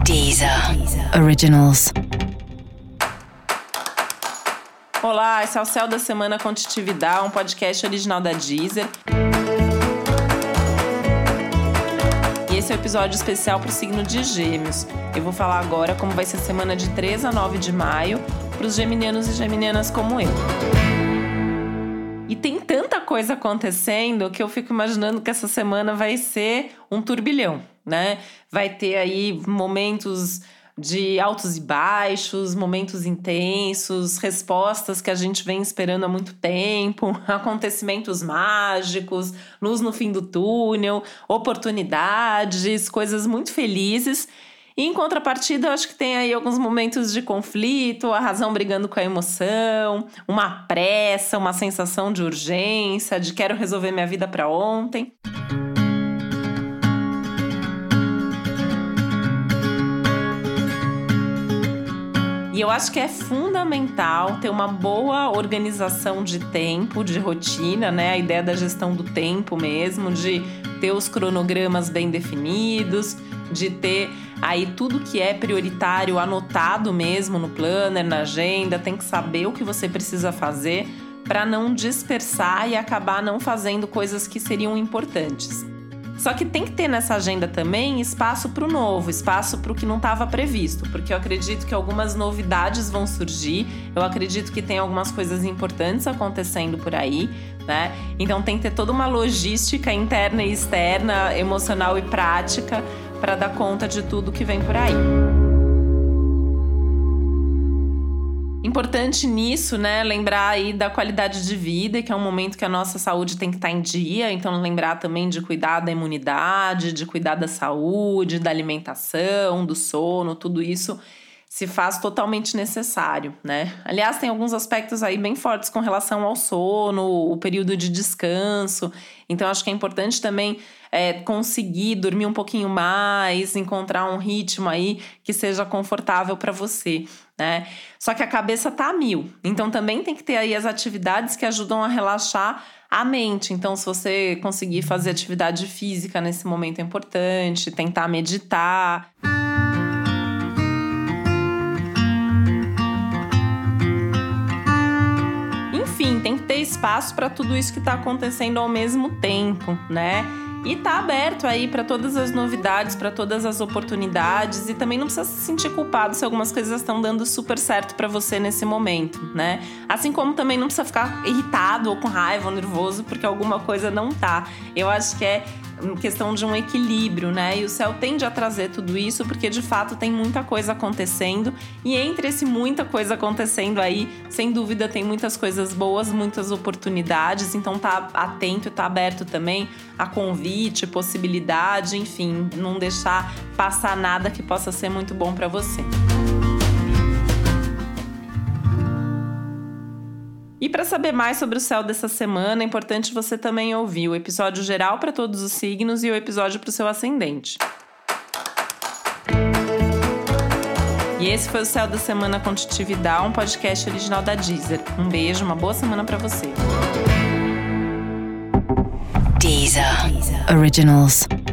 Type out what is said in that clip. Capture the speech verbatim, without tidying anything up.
Deezer Originals. Olá, esse é o Céu da Semana com Titividade, um podcast original da Deezer. E esse é o um episódio especial para o signo de Gêmeos. Eu vou falar agora como vai ser a semana de três a nove de maio para os geminianos e geminianas como eu. E tem tanta coisa acontecendo que eu fico imaginando que essa semana vai ser um turbilhão, né? Vai ter aí momentos de altos e baixos, momentos intensos, respostas que a gente vem esperando há muito tempo, acontecimentos mágicos, luz no fim do túnel, oportunidades, coisas muito felizes. E em contrapartida, eu acho que tem aí alguns momentos de conflito, a razão brigando com a emoção, uma pressa, uma sensação de urgência, de quero resolver minha vida para ontem. E eu acho que é fundamental ter uma boa organização de tempo, de rotina, né? A ideia da gestão do tempo mesmo, de ter os cronogramas bem definidos, de ter aí tudo que é prioritário anotado mesmo no planner, na agenda. Tem que saber o que você precisa fazer para não dispersar e acabar não fazendo coisas que seriam importantes. Só que tem que ter nessa agenda também espaço para o novo, espaço para o que não estava previsto, porque eu acredito que algumas novidades vão surgir, eu acredito que tem algumas coisas importantes acontecendo por aí, né? Então tem que ter toda uma logística interna e externa, emocional e prática para dar conta de tudo que vem por aí. Importante nisso, né, lembrar aí da qualidade de vida, que é um momento que a nossa saúde tem que estar em dia, então lembrar também de cuidar da imunidade, de cuidar da saúde, da alimentação, do sono, tudo isso se faz totalmente necessário, né? Aliás, tem alguns aspectos aí bem fortes com relação ao sono, o período de descanso, então acho que é importante também é, conseguir dormir um pouquinho mais, encontrar um ritmo aí que seja confortável para você, né? Só que a cabeça tá a mil, então também tem que ter aí as atividades que ajudam a relaxar a mente. Então, se você conseguir fazer atividade física nesse momento é importante, tentar meditar. Enfim, tem que ter espaço para tudo isso que está acontecendo ao mesmo tempo, né? E tá aberto aí para todas as novidades, para todas as oportunidades, e também não precisa se sentir culpado se algumas coisas estão dando super certo para você nesse momento, né? Assim como também não precisa ficar irritado ou com raiva ou nervoso porque alguma coisa não tá. Eu acho que é questão de um equilíbrio, né? E o céu tende a trazer tudo isso porque de fato tem muita coisa acontecendo, e entre esse muita coisa acontecendo aí, sem dúvida tem muitas coisas boas, muitas oportunidades, então tá atento e tá aberto também a convite, possibilidade, enfim, não deixar passar nada que possa ser muito bom para você. E para saber mais sobre o céu dessa semana, é importante você também ouvir o episódio geral para todos os signos e o episódio para o seu ascendente. E esse foi o Céu da Semana com Titividade, um podcast original da Deezer. Um beijo, uma boa semana para você. Deezer Originals.